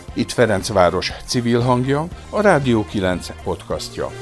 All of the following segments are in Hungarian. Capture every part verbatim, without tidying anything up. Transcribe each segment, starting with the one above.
Itt Ferencváros civil hangja, a Rádió kilenc podcastja.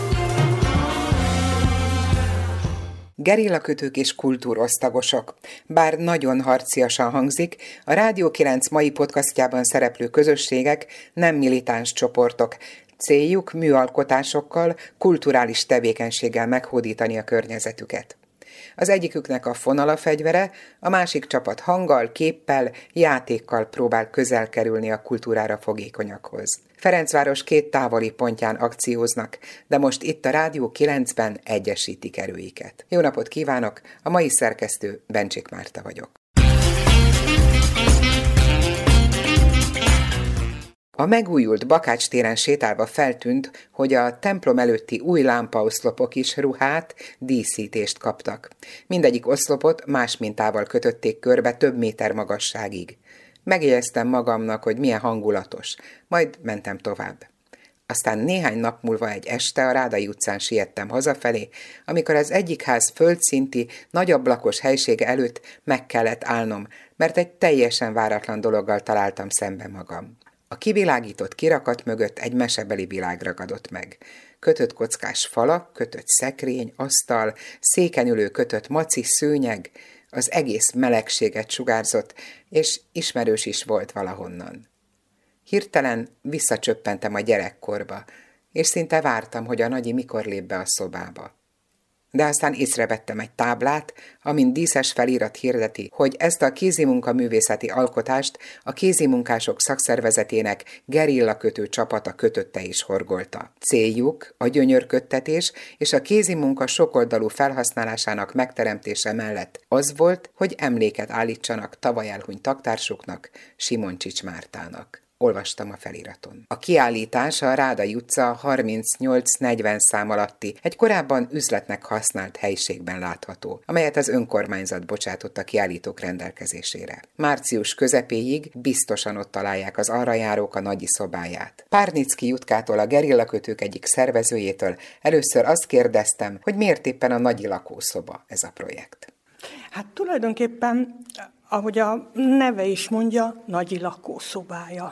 Gerillakötők és kultúrosztagosok. Bár nagyon harciasan hangzik, a Rádió kilenc mai podcastjában szereplő közösségek nem militáns csoportok. Céljuk műalkotásokkal, kulturális tevékenységgel meghódítani a környezetüket. Az egyiküknek a fonal a fegyvere, a másik csapat hanggal, képpel, játékkal próbál közel kerülni a kultúrára fogékonyakhoz. Ferencváros két távoli pontján akcióznak, de most itt a Rádió kilencben egyesítik erőiket. Jó napot kívánok, a mai szerkesztő Bencsik Márta vagyok. A megújult Bakács téren sétálva feltűnt, hogy a templom előtti új lámpaoszlopok is ruhát, díszítést kaptak. Mindegyik oszlopot más mintával kötötték körbe több méter magasságig. Megjegyeztem magamnak, hogy milyen hangulatos, majd mentem tovább. Aztán néhány nap múlva egy este a Rádai utcán siettem hazafelé, amikor az egyik ház földszinti, nagyablakos helysége előtt meg kellett állnom, mert egy teljesen váratlan dologgal találtam szembe magam. A kivilágított kirakat mögött egy mesebeli világ ragadott meg. Kötött kockás falak, kötött szekrény, asztal, széken ülő kötött maci szőnyeg, az egész melegséget sugárzott, és ismerős is volt valahonnan. Hirtelen visszacsöppentem a gyerekkorba, és szinte vártam, hogy a nagyi mikor lép be a szobába. De aztán észrevettem egy táblát, amin díszes felirat hirdeti, hogy ezt a kézimunkaművészeti alkotást a kézimunkások szakszervezetének gerillakötő csapata kötötte és horgolta. Céljuk a gyönyörködtetés és a kézimunka sokoldalú felhasználásának megteremtése mellett az volt, hogy emléket állítsanak tavaly elhunyt taktársuknak, Simoncsics Mártának. Olvastam a feliraton. A kiállítás a Rádai utca harmincnyolc negyven szám alatti, egy korábban üzletnek használt helyiségben látható, amelyet az önkormányzat bocsátott a kiállítók rendelkezésére. Március közepéig biztosan ott találják az arra járók a nagyi szobáját. Párnicki Jutkától, a gerillakötők egyik szervezőjétől először azt kérdeztem, hogy miért éppen a nagyi lakószoba ez a projekt. Hát tulajdonképpen, ahogy a neve is mondja, nagyi lakószobája.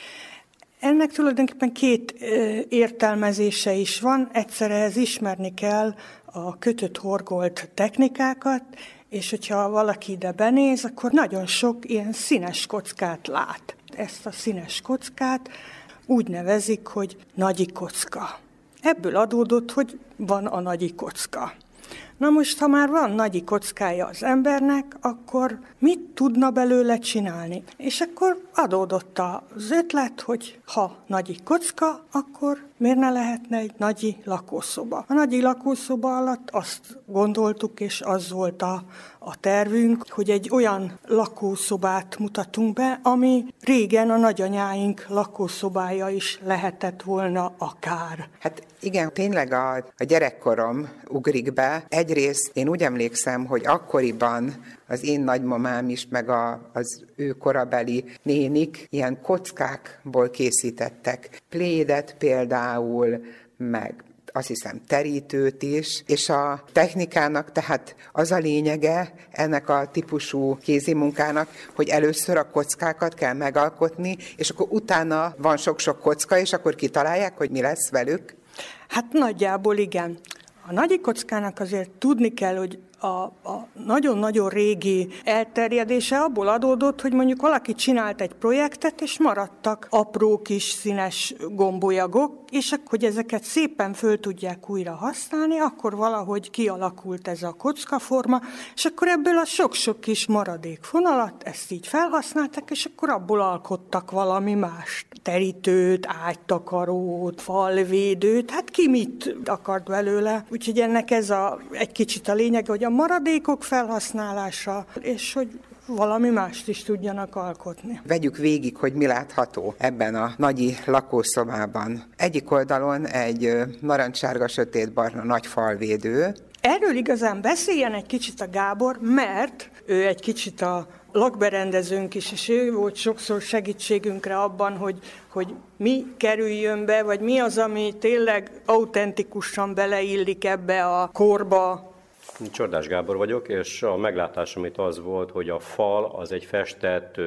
Ennek tulajdonképpen két értelmezése is van. Egyszerre ez ismerni kell a kötött horgolt technikákat, és hogyha valaki ide benéz, akkor nagyon sok ilyen színes kockát lát. Ezt a színes kockát úgy nevezik, hogy nagyi kocka. Ebből adódott, hogy van a nagyi kocka. Na most, ha már van nagyi kockája az embernek, akkor mit tudna belőle csinálni? És akkor adódott az ötlet, hogy ha nagyi kocka, akkor miért ne lehetne egy nagyi lakószoba? A nagyi lakószoba alatt azt gondoltuk, és az volt a, a tervünk, hogy egy olyan lakószobát mutatunk be, ami régen a nagyanyáink lakószobája is lehetett volna akár. Hát igen, tényleg a, a gyerekkorom ugrik be. Egyrészt én úgy emlékszem, hogy akkoriban az én nagymamám is, meg a, az ő korabeli nénik ilyen kockákból készítettek plédet például, meg azt hiszem terítőt is, és a technikának tehát az a lényege ennek a típusú kézimunkának, hogy először a kockákat kell megalkotni, és akkor utána van sok-sok kocka, és akkor kitalálják, hogy mi lesz velük. Hát nagyjából igen. A nagyi kockának azért tudni kell, hogy a, a nagyon-nagyon régi elterjedése abból adódott, hogy mondjuk valaki csinált egy projektet, és maradtak apró kis színes gombolyagok, és akkor, hogy ezeket szépen föl tudják újra használni, akkor valahogy kialakult ez a kockaforma, és akkor ebből a sok-sok kis maradék fonalat, ezt így felhasználtak, és akkor abból alkottak valami mást. Terítőt, ágytakarót, falvédőt, hát ki mit akart belőle. Úgyhogy ennek ez a, egy kicsit a lényeg, hogy a maradékok felhasználása, és hogy valami mást is tudjanak alkotni. Vegyük végig, hogy mi látható ebben a nagyi lakószobában. Egyik oldalon egy narancssárga sötétbarna nagy falvédő. Erről igazán beszéljen egy kicsit a Gábor, mert ő egy kicsit a lakberendezőnk is, és ő volt sokszor segítségünkre abban, hogy, hogy mi kerüljön be, vagy mi az, ami tényleg autentikusan beleillik ebbe a korba. Csordás Gábor vagyok, és a meglátásom itt az volt, hogy a fal az egy festett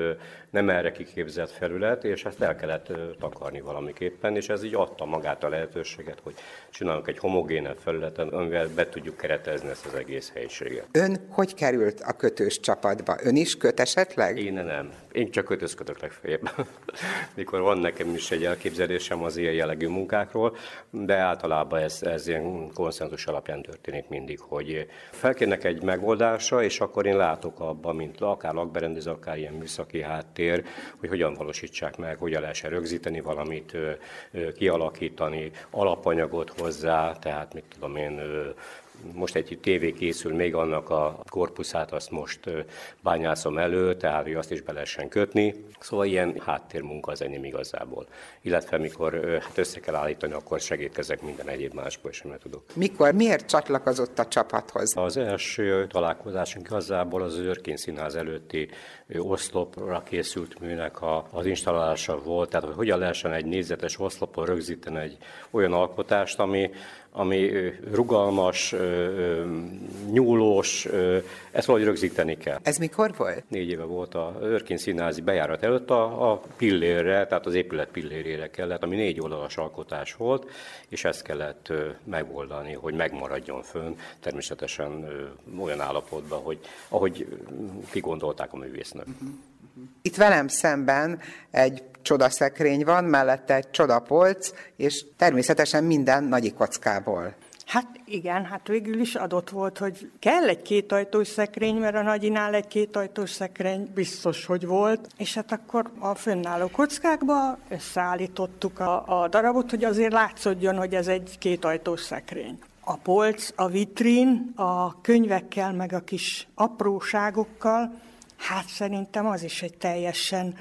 nem erre kiképzett felület, és ezt el kellett takarni valamiképpen, és ez így adta magát a lehetőséget, hogy csinálunk egy homogénebb felületen, amivel be tudjuk keretezni ezt az egész helyiséget. Ön hogy került a kötős csapatba? Ön is köt esetleg? Én nem. Én csak kötözködök legfeljebb. Mikor van nekem is egy elképzelésem az ilyen jellegű munkákról, de általában ez, ez ilyen konszenzus alapján történik mindig, hogy felkérnek egy megoldásra, és akkor én látok abban, mint akár lakberendező, akár ilyen műszaki háttér, hogy hogyan valósítsák meg, hogyan lehessen rögzíteni valamit, kialakítani, alapanyagot hozzá, tehát mit tudom én, most egy tévé készül, még annak a korpuszát azt most bányászom elő, tehát hogy azt is be lehessen kötni. Szóval ilyen háttérmunka az enyém igazából. Illetve mikor hát össze kell állítani, akkor segítkezek minden egyéb másból, és nem tudok. Mikor, miért csatlakozott a csapathoz? Az első találkozásunk igazából az Örkény Színház előtti oszlopra készült műnek a, az installálása volt, tehát hogy hogyan lehessen egy négyzetes oszlopon rögzíteni egy olyan alkotást, ami, ami rugalmas, nyúlós, ezt valahogy rögzíteni kell. Ez mikor volt? Négy éve volt a Örkény Színházi bejárat előtt a, a pillérre, tehát az épület pillérére kellett, ami négy oldalas alkotás volt, és ezt kellett megoldani, hogy megmaradjon fönn, természetesen olyan állapotban, hogy ahogy kigondolták a művésznök. Itt velem szemben egy csodaszekrény van, mellette egy csodapolc, és természetesen minden nagyi kockából. Hát igen, hát végül is adott volt, hogy kell egy kétajtós szekrény, mert a nagyinál egy kétajtós szekrény biztos, hogy volt, és hát akkor a fönnálló kockákba összeállítottuk a, a darabot, hogy azért látszódjon, hogy ez egy kétajtós szekrény. A polc, a vitrín, a könyvekkel, meg a kis apróságokkal, hát szerintem az is egy teljesen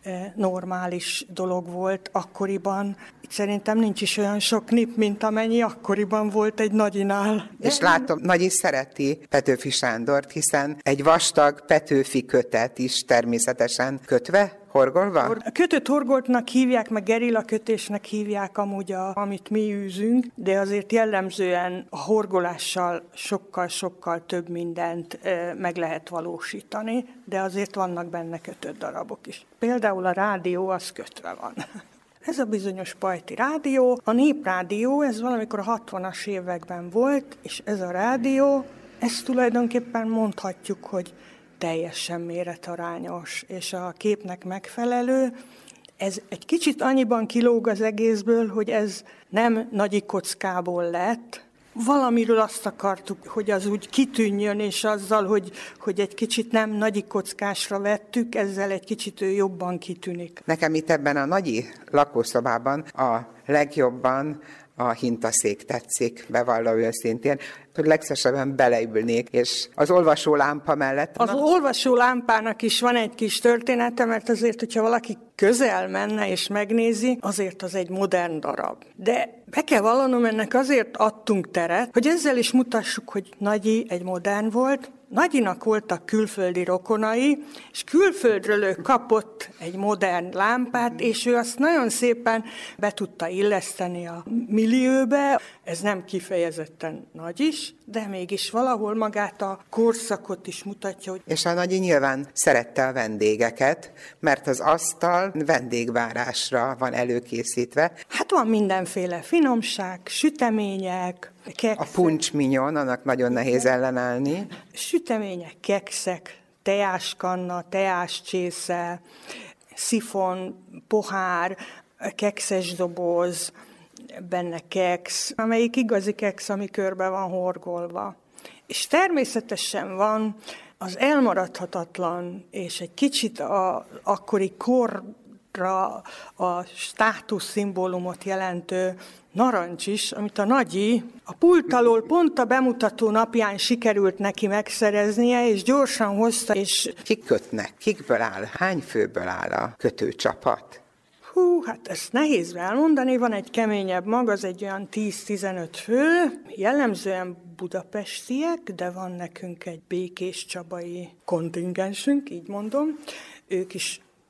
normális dolog volt akkoriban. Itt szerintem nincs is olyan sok nip, mint amennyi akkoriban volt egy nagyinál. De és látom, Nagy is szereti Petőfi Sándort, hiszen egy vastag Petőfi kötet is természetesen kötve, horgolva? A kötött horgoltnak hívják, meg gerilla kötésnek hívják amúgy, a, amit mi űzünk, de azért jellemzően a horgolással sokkal-sokkal több mindent e, meg lehet valósítani, de azért vannak benne kötött darabok is. Például a rádió az kötve van. Ez a bizonyos Pajti rádió. A Néprádió, ez valamikor a hatvanas években volt, és ez a rádió, ezt tulajdonképpen mondhatjuk, hogy teljesen méretarányos, és a képnek megfelelő. Ez egy kicsit annyiban kilóg az egészből, hogy ez nem nagyi kockából lett. Valamiről azt akartuk, hogy az úgy kitűnjön, és azzal, hogy, hogy egy kicsit nem nagyi kockásra vettük, ezzel egy kicsit ő jobban kitűnik. Nekem itt ebben a nagyi lakószobában a legjobban a hintaszék tetszik, bevallom őszintén, hogy legszívesebben beleülnék, és az olvasólámpa mellett... Az na... olvasólámpának is van egy kis története, mert azért, hogyha valaki közel menne és megnézi, azért az egy modern darab. De be kell vallanom, ennek azért adtunk teret, hogy ezzel is mutassuk, hogy Nagyi egy modern volt. Nagyinak voltak külföldi rokonai, és külföldről ő kapott egy modern lámpát, és ő azt nagyon szépen be tudta illeszteni a millióbe. Ez nem kifejezetten nagy is, de mégis valahol magát a korszakot is mutatja. Hogy... És a Nagyi nyilván szerette a vendégeket, mert az asztal vendégvárásra van előkészítve. Hát van mindenféle finomság, sütemények, kekszek. A puncsminyon, annak nagyon nehéz ellenállni. Sütemények, kekszek, teáskanna, teáscsésze, szifon, pohár, kekszes doboz, benne keksz, amelyik igazi keksz, ami körbe van horgolva. És természetesen van az elmaradhatatlan, és egy kicsit a akkori korra a státuszszimbólumot jelentő narancs is, amit a Nagyi a pult alól pont a bemutató napján sikerült neki megszereznie, és gyorsan hozta, és... Kik kötnek? Kikből áll? Hány főből áll a kötőcsapat? Hú, hát ezt nehéz elmondani, van egy keményebb mag, az egy olyan tíz-tizenöt fő, jellemzően budapestiek, de van nekünk egy békéscsabai kontingensünk, így mondom. Ők is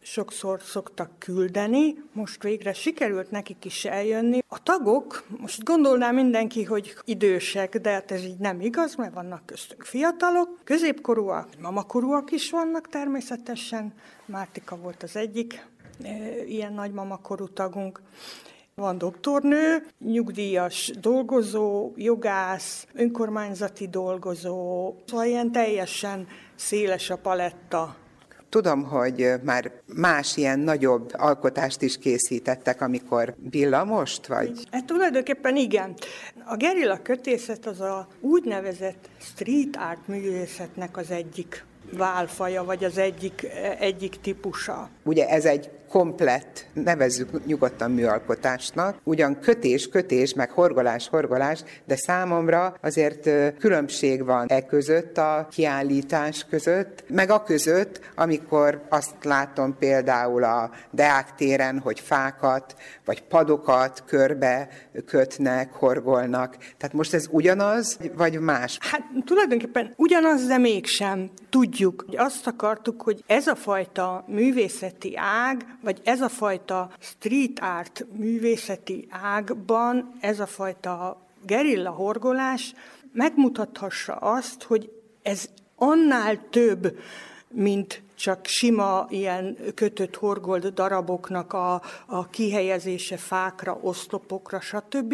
sokszor szoktak küldeni, most végre sikerült nekik is eljönni. A tagok, most gondolná mindenki, hogy idősek, de hát ez így nem igaz, mert vannak köztünk fiatalok, középkorúak, mamakorúak is vannak természetesen. Mártika volt az egyik e, ilyen nagymamakorú tagunk. Van doktornő, nyugdíjas dolgozó, jogász, önkormányzati dolgozó, szóval ilyen teljesen széles a paletta. Tudom, hogy már más ilyen nagyobb alkotást is készítettek, amikor villamost, vagy? Hát tulajdonképpen igen. A gerilla kötészet az a úgynevezett street art művészetnek az egyik válfaja, vagy az egyik, egyik típusa. Ugye ez egy komplett, nevezzük nyugodtan műalkotásnak, ugyan kötés, kötés, meg horgolás, horgolás, de számomra azért különbség van e között, a kiállítás között, meg a között, amikor azt látom például a Deák téren, hogy fákat, vagy padokat körbe kötnek, horgolnak. Tehát most ez ugyanaz, vagy más? Hát tulajdonképpen ugyanaz, de mégsem. Tudjuk, hogy azt akartuk, hogy ez a fajta művészeti ág, vagy ez a fajta street art művészeti ágban, ez a fajta gerilla horgolás megmutathassa azt, hogy ez annál több, mint csak sima ilyen kötött horgolt daraboknak a, a kihelyezése fákra, oszlopokra, stb.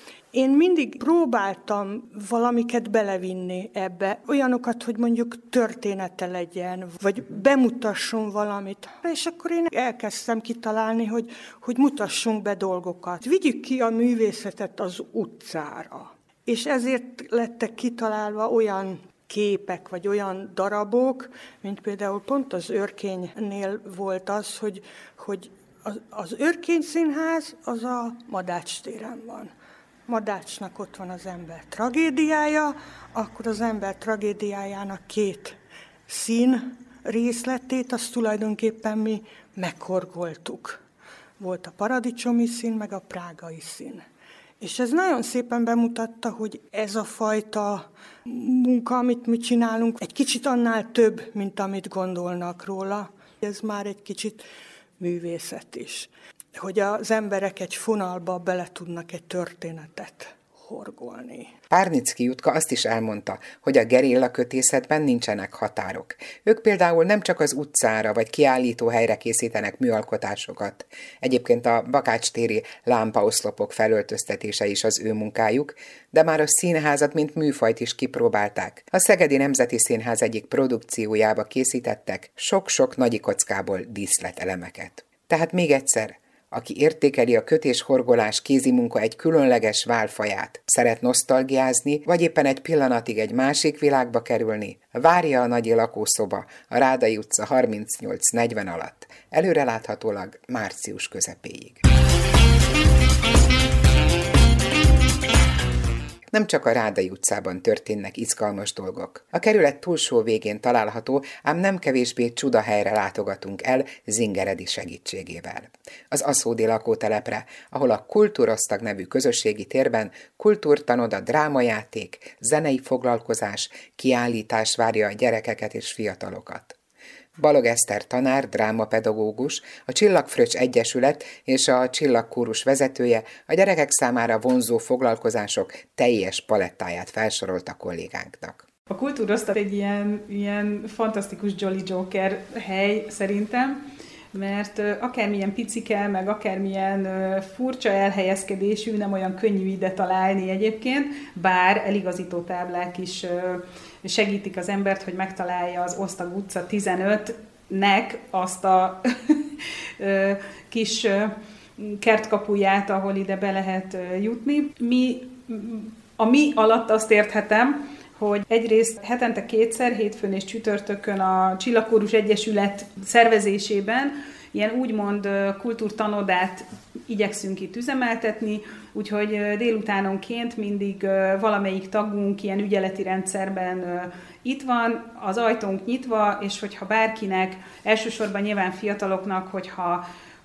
Én mindig próbáltam valamiket belevinni ebbe, olyanokat, hogy mondjuk története legyen, vagy bemutasson valamit. És akkor én elkezdtem kitalálni, hogy, hogy mutassunk be dolgokat. Vigyük ki a művészetet az utcára. És ezért lettek kitalálva olyan képek, vagy olyan darabok, mint például pont az Örkénynél volt az, hogy, hogy az, az Örkény Színház az a Madács téren van. Madácsnak ott van az ember tragédiája, akkor az ember tragédiájának két szín részletét, azt tulajdonképpen mi meghorgoltuk. Volt a paradicsomi szín, meg a prágai szín. És ez nagyon szépen bemutatta, hogy ez a fajta munka, amit mi csinálunk, egy kicsit annál több, mint amit gondolnak róla. Ez már egy kicsit művészet is. Hogy az emberek egy fonalba bele tudnak egy történetet horgolni. Párnicki Jutka azt is elmondta, hogy a gerilla kötészetben nincsenek határok. Ők például nem csak az utcára vagy kiállítóhelyre készítenek műalkotásokat. Egyébként a bakácstéri lámpaoszlopok felöltöztetése is az ő munkájuk, de már a színházat, mint műfajt is kipróbálták. A Szegedi Nemzeti Színház egyik produkciójába készítettek sok-sok nagyi kockából díszletelemeket. Tehát még egyszer, aki értékeli a kötés-horgolás kézimunka egy különleges válfaját, szeret nosztalgiázni, vagy éppen egy pillanatig egy másik világba kerülni, várja a Nagyi lakószoba a Rádai utca harmincnyolc negyven alatt, előreláthatólag március közepéig. Nem csak a Rádai utcában történnek izgalmas dolgok. A kerület túlsó végén található, ám nem kevésbé csudahelyre látogatunk el Zingeredi segítségével. Az aszódi lakótelepre, ahol a Kultúrosztag nevű közösségi térben kultúrtanoda, drámajáték, zenei foglalkozás, kiállítás várja a gyerekeket és fiatalokat. Balog Eszter tanár, drámapedagógus, a Csillagfröccs Egyesület és a Csillagkórus vezetője a gyerekek számára vonzó foglalkozások teljes palettáját felsorolta kollégánknak. A Kultúrosztag egy ilyen, ilyen fantasztikus Jolly Joker hely szerintem, mert akármilyen picike, meg akármilyen furcsa elhelyezkedésű, nem olyan könnyű ide találni egyébként, bár eligazító táblák is segítik az embert, hogy megtalálja az Osztag utca tizenötnek azt a kis kertkapuját, ahol ide be lehet jutni. Mi, a mi alatt azt érthetem, hogy egyrészt hetente kétszer, hétfőn és csütörtökön a Csillagkórus Egyesület szervezésében ilyen úgymond kultúrtanodát igyekszünk itt üzemeltetni, úgyhogy délutánonként mindig valamelyik tagunk ilyen ügyeleti rendszerben itt van, az ajtónk nyitva, és hogyha bárkinek, elsősorban nyilván fiataloknak, hogyha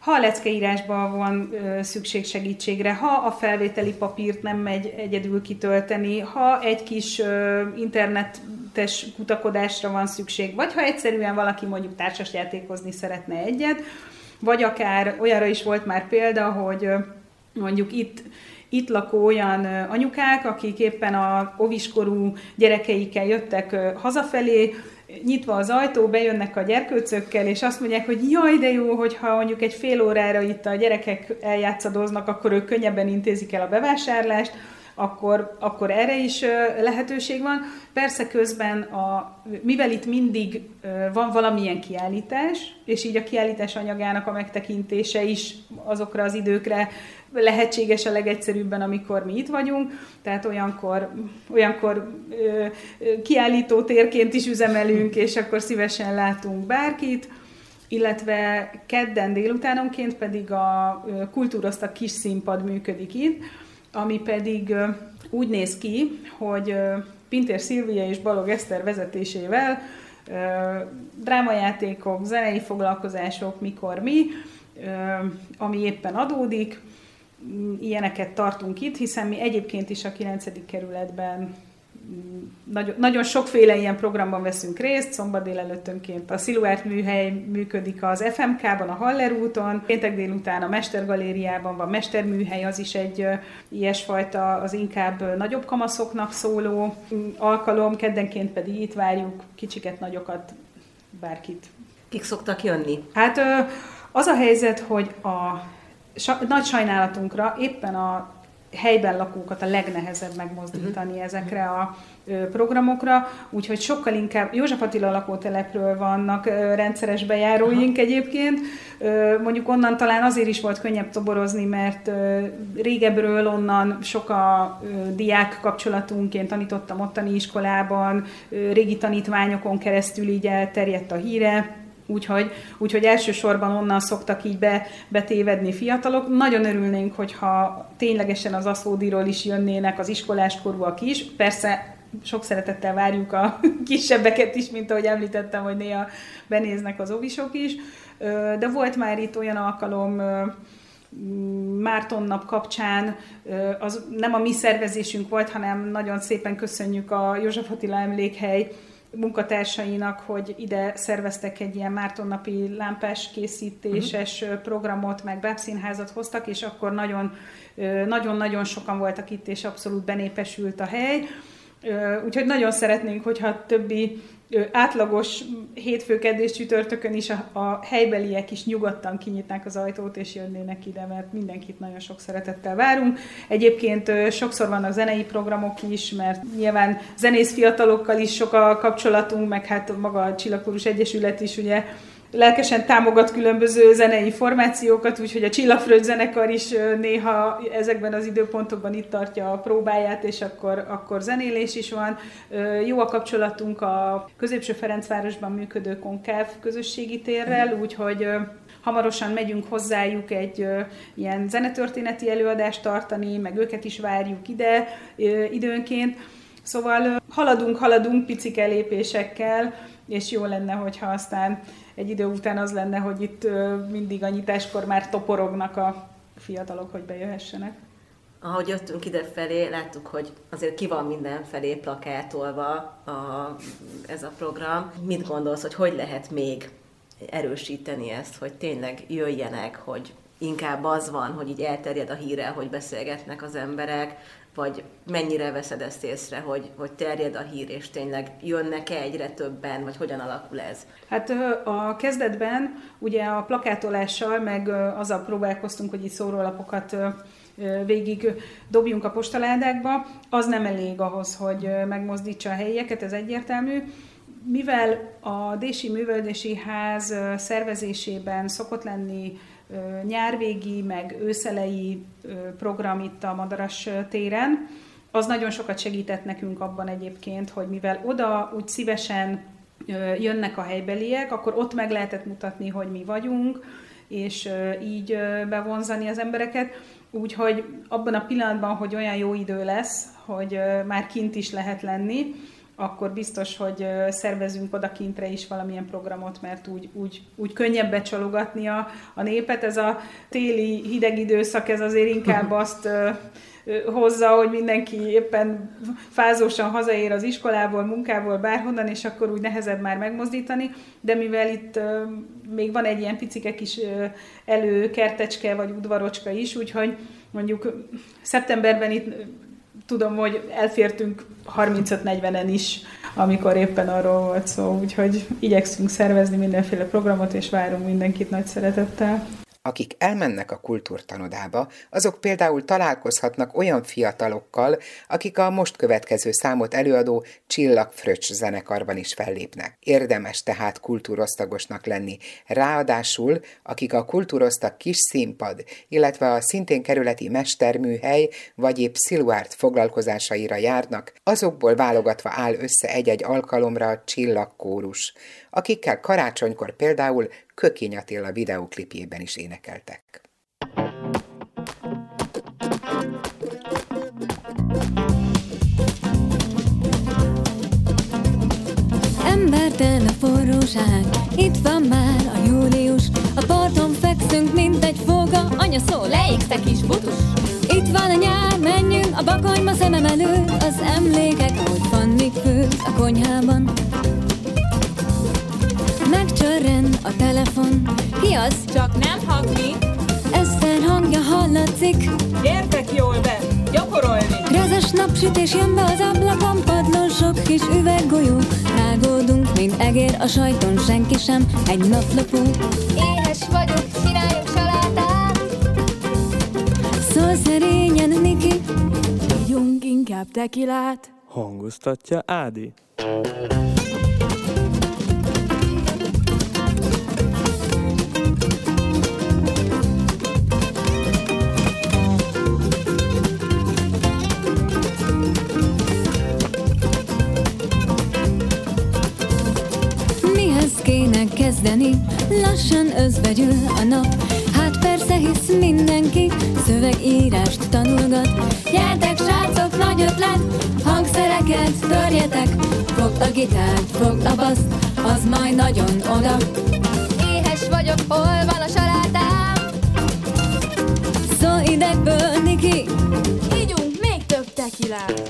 Ha a leckeírásban van ö, szükség segítségre, ha a felvételi papírt nem megy egyedül kitölteni, ha egy kis ö, internetes kutakodásra van szükség, vagy ha egyszerűen valaki mondjuk társasjátékozni szeretne egyet, vagy akár olyanra is volt már példa, hogy ö, mondjuk itt Itt lakó olyan anyukák, akik éppen a óviskorú gyerekeikkel jöttek hazafelé, nyitva az ajtó, bejönnek a gyerkőcökkel, és azt mondják, hogy jaj, de jó, hogyha mondjuk egy fél órára itt a gyerekek eljátszadoznak, akkor ők könnyebben intézik el a bevásárlást, akkor, akkor erre is lehetőség van. Persze közben, a, mivel itt mindig van valamilyen kiállítás, és így a kiállítás anyagának a megtekintése is azokra az időkre lehetséges a legegyszerűbben, amikor mi itt vagyunk, tehát olyankor, olyankor kiállító térként is üzemelünk, és akkor szívesen látunk bárkit, illetve kedden délutánonként pedig a Kultúroztak kis színpad működik itt, ami pedig úgy néz ki, hogy Pintér Szilvia és Balog Eszter vezetésével drámajátékok, zenei foglalkozások, mikor mi, ami éppen adódik, ilyeneket tartunk itt, hiszen mi egyébként is a kilencedik kerületben nagyon, nagyon sokféle ilyen programban veszünk részt, szombat délelőttönként a Sziluárt műhely működik az ef em ká-ban, a Haller úton, péntek délután a Mestergalériában van mesterműhely, az is egy ilyesfajta, az inkább nagyobb kamaszoknak szóló alkalom, keddenként pedig itt várjuk kicsiket, nagyokat, bárkit. Kik szoktak jönni? Hát az a helyzet, hogy a nagy sajnálatunkra éppen a helyben lakókat a legnehezebb megmozdítani uh-huh. ezekre a programokra, úgyhogy sokkal inkább József Attila lakótelepről vannak rendszeres bejáróink uh-huh. egyébként. Mondjuk onnan talán azért is volt könnyebb toborozni, mert régebről onnan sok a diák kapcsolatunk, én tanítottam ottani iskolában, régi tanítványokon keresztül így elterjedt a híre. Úgyhogy, úgyhogy elsősorban onnan szoktak így be, betévedni fiatalok. Nagyon örülnénk, hogyha ténylegesen az Aszódiról is jönnének az iskoláskorúak is. Persze sok szeretettel várjuk a kisebbeket is, mint ahogy említettem, hogy néha benéznek az óvisok is. De volt már itt olyan alkalom Márton nap kapcsán, az nem a mi szervezésünk volt, hanem nagyon szépen köszönjük a József Attila Emlékhely munkatársainak, hogy ide szerveztek egy ilyen Mártonnapi lámpás készítéses uh-huh. programot, meg bábszínházat hoztak, és akkor nagyon, nagyon-nagyon sokan voltak itt, és abszolút benépesült a hely. Úgyhogy nagyon szeretnénk, hogyha a többi átlagos hétfő, kedés, csütörtökön is a, a helybeliek is nyugodtan kinyitnák az ajtót, és jönnének ide, mert mindenkit nagyon sok szeretettel várunk. Egyébként sokszor vannak zenei programok is, mert nyilván zenész fiatalokkal is sok a kapcsolatunk, meg hát maga a Csillagkórus Egyesület is ugye lelkesen támogat különböző zenei formációkat, úgyhogy a Csillagfröccs zenekar is néha ezekben az időpontokban itt tartja a próbáját, és akkor, akkor zenélés is van. Jó a kapcsolatunk a Középső Ferencvárosban működő Konkáv közösségi térrel, úgyhogy hamarosan megyünk hozzájuk egy ilyen zenetörténeti előadást tartani, meg őket is várjuk ide időnként. Szóval haladunk, haladunk picike lépésekkel, és jó lenne, hogyha aztán egy idő után az lenne, hogy itt mindig a nyitáskor már toporognak a fiatalok, hogy bejöhessenek. Ahogy jöttünk idefelé, láttuk, hogy azért ki van mindenfelé plakátolva a, ez a program. Mit gondolsz, hogy hogy lehet még erősíteni ezt, hogy tényleg jöjjenek, hogy inkább az van, hogy így elterjed a híre, hogy beszélgetnek az emberek, vagy mennyire veszed ezt észre, hogy, hogy terjed a hír, és tényleg jönnek-e egyre többen, vagy hogyan alakul ez? Hát a kezdetben ugye a plakátolással, meg azzal próbálkoztunk, hogy így szórólapokat végig dobjunk a postaládákba, az nem elég ahhoz, hogy megmozdítsa a helyieket, ez egyértelmű. Mivel a Dési Művelődési Ház szervezésében szokott lenni nyárvégi, meg őszelei program itt a Madaras téren, az nagyon sokat segített nekünk abban egyébként, hogy mivel oda úgy szívesen jönnek a helybeliek, akkor ott meg lehetett mutatni, hogy mi vagyunk, és így bevonzani az embereket. Úgyhogy abban a pillanatban, hogy olyan jó idő lesz, hogy már kint is lehet lenni, akkor biztos, hogy szervezünk odakintre is valamilyen programot, mert úgy, úgy, úgy könnyebb becsalogatni a, a népet. Ez a téli hideg időszak, ez azért inkább azt hozza, hogy mindenki éppen fázósan hazaér az iskolából, munkából, bárhonnan, és akkor úgy nehezebb már megmozdítani, de mivel itt még van egy ilyen picike kis előkertecske vagy udvarocska is, úgyhogy mondjuk szeptemberben itt tudom, hogy elfértünk harmincöt-negyvenen is, amikor éppen arról volt szó, úgyhogy igyekszünk szervezni mindenféle programot, és várunk mindenkit nagy szeretettel. Akik elmennek a kultúrtanodába, azok például találkozhatnak olyan fiatalokkal, akik a most következő számot előadó Csillagfröccs zenekarban is fellépnek. Érdemes tehát kultúrosztagosnak lenni. Ráadásul, akik a kultúrosztag kis színpad, illetve a szintén kerületi mesterműhely vagy épp Szilvárd foglalkozásaira járnak, azokból válogatva áll össze egy-egy alkalomra a Csillagkórus, akikkel karácsonykor például Kökény Attila videóklipjében is énekeltek. Embertelen a forróság, itt van már a július, a parton fekszünk, mint egy foga, anya szó, leégsz kis butus. Itt van a nyár, menjünk a Bakonyba szemem elő, az emlékek, ahogy Fannik főz a konyhában. Megcsörren a telefon, ki az? Csak nem Hagni. Eszter hangja hallatszik. Gyertek jól be, gyakorolni. Rezes napsütés jön be az ablakon, padlón sok kis üveggolyó. Rágódunk, mint egér a sajton, senki sem egy naplapó. Éhes vagyok, csináljunk salátát. Szól szerényen Niki. Ígyunk inkább tekilát. Hangoztatja Ádi. Kezdeni, lassan özvegyül a nap. Hát persze hisz mindenki, szövegírást tanulgat. Gyertek srácok, nagy ötlet, hangszereket törjetek. Fogd a gitárt, fogd a baszt, az majd nagyon oda. Éhes vagyok, hol van a salátám? Szó idegből, Niki. Ígyunk még több tekilát.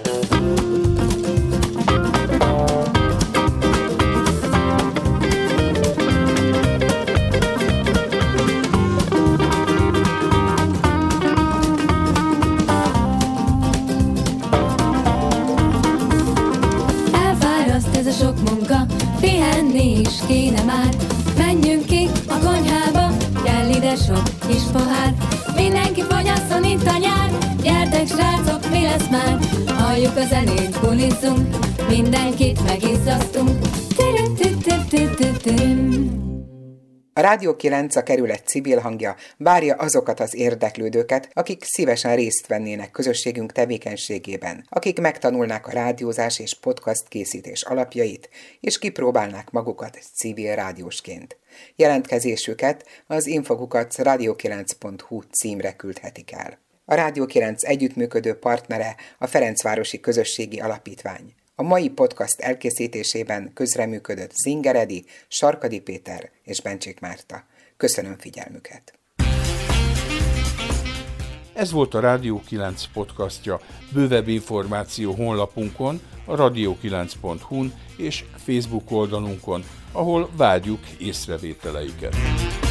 Pihenni is kéne már. Menjünk ki a konyhába, kell ide sok kis pohár. Mindenki fogyasszon itt a nyár. Gyertek srácok, mi lesz már? Halljuk a zenét, bulizzunk, mindenkit megizzasztunk. A Rádió kilenc, a kerület civil hangja várja azokat az érdeklődőket, akik szívesen részt vennének közösségünk tevékenységében, akik megtanulnák a rádiózás és podcast készítés alapjait, és kipróbálnák magukat civil rádiósként. Jelentkezésüket az infokukac rádió kilenc pont hu címre küldhetik el. A Rádió kilenc együttműködő partnere a Ferencvárosi Közösségi Alapítvány. A mai podcast elkészítésében közreműködött Zinger Edi, Sarkadi Péter és Bencsik Márta. Köszönöm figyelmüket! Ez volt a Rádió kilenc podcastja. Bővebb információ honlapunkon, a rádió kilenc pont hu-n és Facebook oldalunkon, ahol várjuk észrevételeiket.